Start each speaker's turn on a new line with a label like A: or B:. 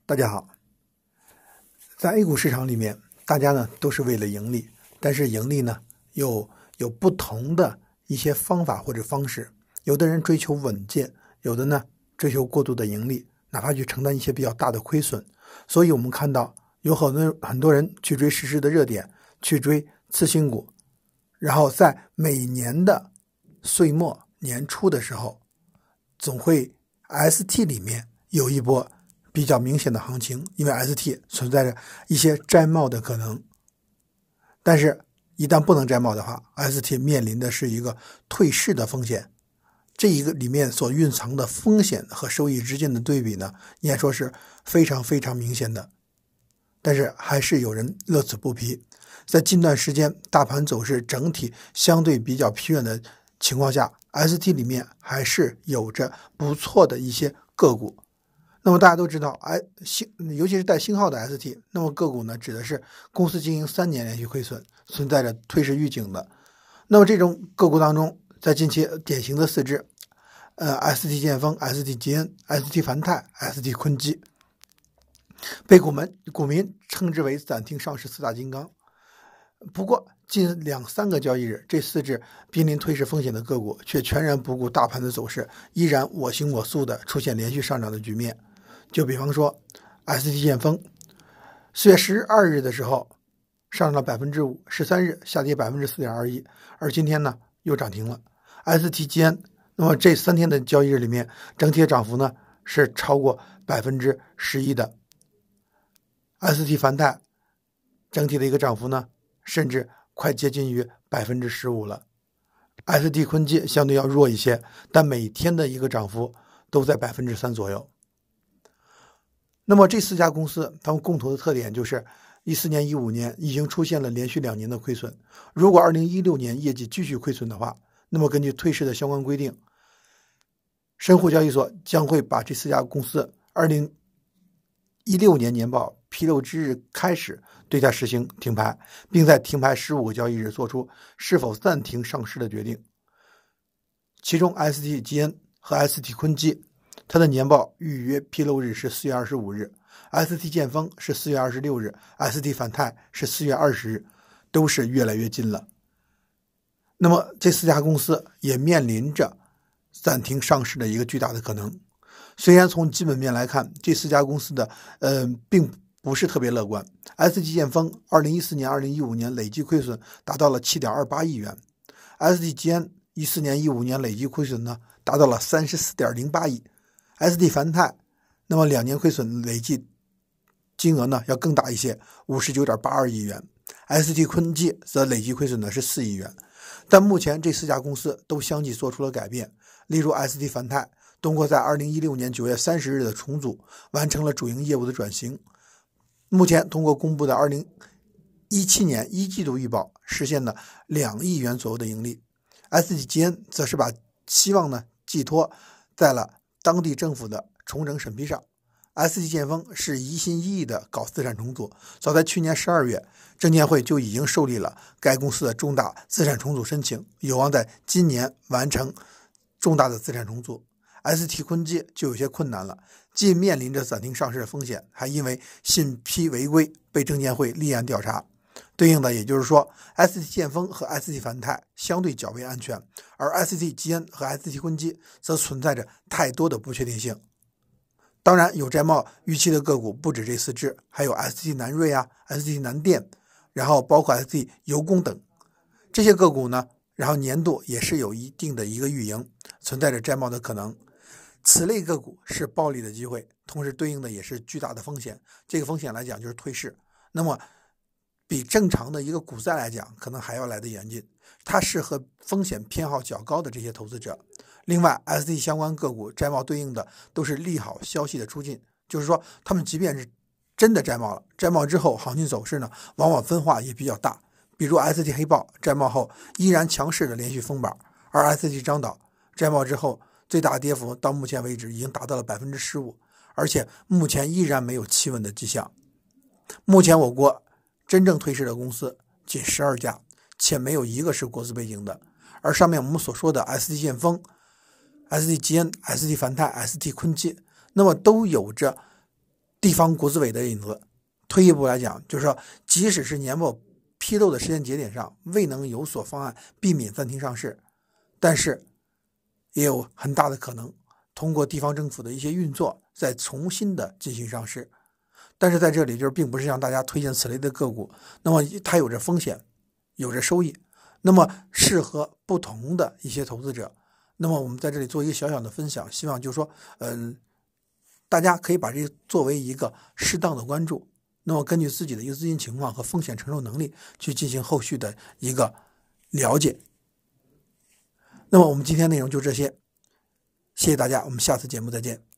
A: 大家好，在 A 股市场里面，大家呢都是为了盈利，但是盈利呢又有不同的一些方法或者方式。有的人追求稳健，有的呢追求过度的盈利，哪怕去承担一些比较大的亏损。所以我们看到有很多人去追实时的热点，去追次新股，然后在每年的岁末年初的时候，总会 ST 里面有一波比较明显的行情，因为 ST 存在着一些摘帽的可能，但是一旦不能摘帽的话， ST 面临的是一个退市的风险。这一个里面所蕴藏的风险和收益之间的对比呢，应该说是非常非常明显的。但是还是有人乐此不疲，在近段时间大盘走势整体相对比较疲软的情况下， ST 里面还是有着不错的一些个股。那么大家都知道，尤其是带星号的 ST， 那么个股呢指的是公司经营3年连续亏损，存在着退市预警的。那么这种个股当中，在近期典型的4只，ST 建锋、ST 吉恩、ST 凡泰、ST 坤基，被股民称之为暂停上市4大金刚。不过近2-3个交易日，这4只濒临退市风险的个股却全然不顾大盘的走势，依然我行我素的出现连续上涨的局面。就比方说 ST 建锋，4月12日的时候上涨了 5%，13日下跌 4.21%， 而今天呢又涨停了。ST 吉恩，那么这3天的交易日里面，整体的涨幅呢是超过 11% 的。ST 凡泰整体的一个涨幅呢甚至快接近于 15% 了。ST 坤基相对要弱一些，但每天的一个涨幅都在 3% 左右。那么这4家公司它们共同的特点就是14年、15年已经出现了连续2年的亏损。如果2016年业绩继续亏损的话，那么根据退市的相关规定，深沪交易所将会把这4家公司2016年年报披露之日开始对它实行停牌，并在停牌15个交易日做出是否暂停上市的决定。其中 ST 吉恩和 ST 坤基，它的年报预约披露日是4月25日， ST 建锋是4月26日， ST 凡泰是4月20日，都是越来越近了。那么这4家公司也面临着暂停上市的一个巨大的可能。虽然从基本面来看，这4家公司的并不是特别乐观。 ST 建锋2014年、2015年累计亏损达到了 7.28 亿元， ST 吉恩14年、15年累计亏损呢达到了 34.08 亿， ST 凡泰那么2年亏损累计金额呢要更大一些， 59.82 亿元， ST 坤基则累计亏损呢是4亿元。但目前这4家公司都相继做出了改变，例如 ST 凡泰通过在2016年9月30日的重组，完成了主营业务的转型。目前通过公布的2017年1季度预报，实现了2亿元左右的盈利。ST 吉恩则是把希望呢寄托在了当地政府的重整审批上。ST 建锋是一心一意的搞资产重组，早在去年12月，证监会就已经受理了该公司的重大资产重组申请，有望在今年完成重大的资产重组。ST 坤基就有些困难了，既面临着暂停上市的风险，还因为信批违规被证监会立案调查。对应的也就是说， ST 建锋和 ST 凡泰相对较为安全，而 ST 吉恩和 ST 坤基则存在着太多的不确定性。当然有摘帽预期的个股不止这4只，还有 ST 南瑞ST 南电，然后包括 ST 油工等这些个股呢，然后年度也是有一定的一个预盈，存在着摘帽的可能。此类个股是暴利的机会，同时对应的也是巨大的风险。这个风险来讲就是退市，那么比正常的一个股灾来讲可能还要来得严峻，它适合风险偏好较高的这些投资者。另外 ST 相关个股摘帽对应的都是利好消息的出尽，就是说他们即便是真的摘帽了，摘帽之后行情走势呢往往分化也比较大。比如 ST 黑豹摘帽后依然强势的连续封板，而 ST 张导摘帽之后最大跌幅到目前为止已经达到了 15%， 而且目前依然没有企稳的迹象。目前我国真正退市的公司仅12家，且没有一个是国资背景的。而上面我们所说的 ST 建锋、ST 吉恩、ST 凡泰、ST 坤基，那么都有着地方国资委的影子。退一步来讲，就是说即使是年末批斗的时间节点上未能有所方案避免暂停上市，但是也有很大的可能通过地方政府的一些运作再重新的进行上市。但是在这里就是并不是向大家推荐此类的个股，那么它有着风险有着收益，那么适合不同的一些投资者。那么我们在这里做一个小小的分享，希望就是说大家可以把这作为一个适当的关注，那么根据自己的一个资金情况和风险承受能力去进行后续的一个了解。那么我们今天内容就这些，谢谢大家，我们下次节目再见。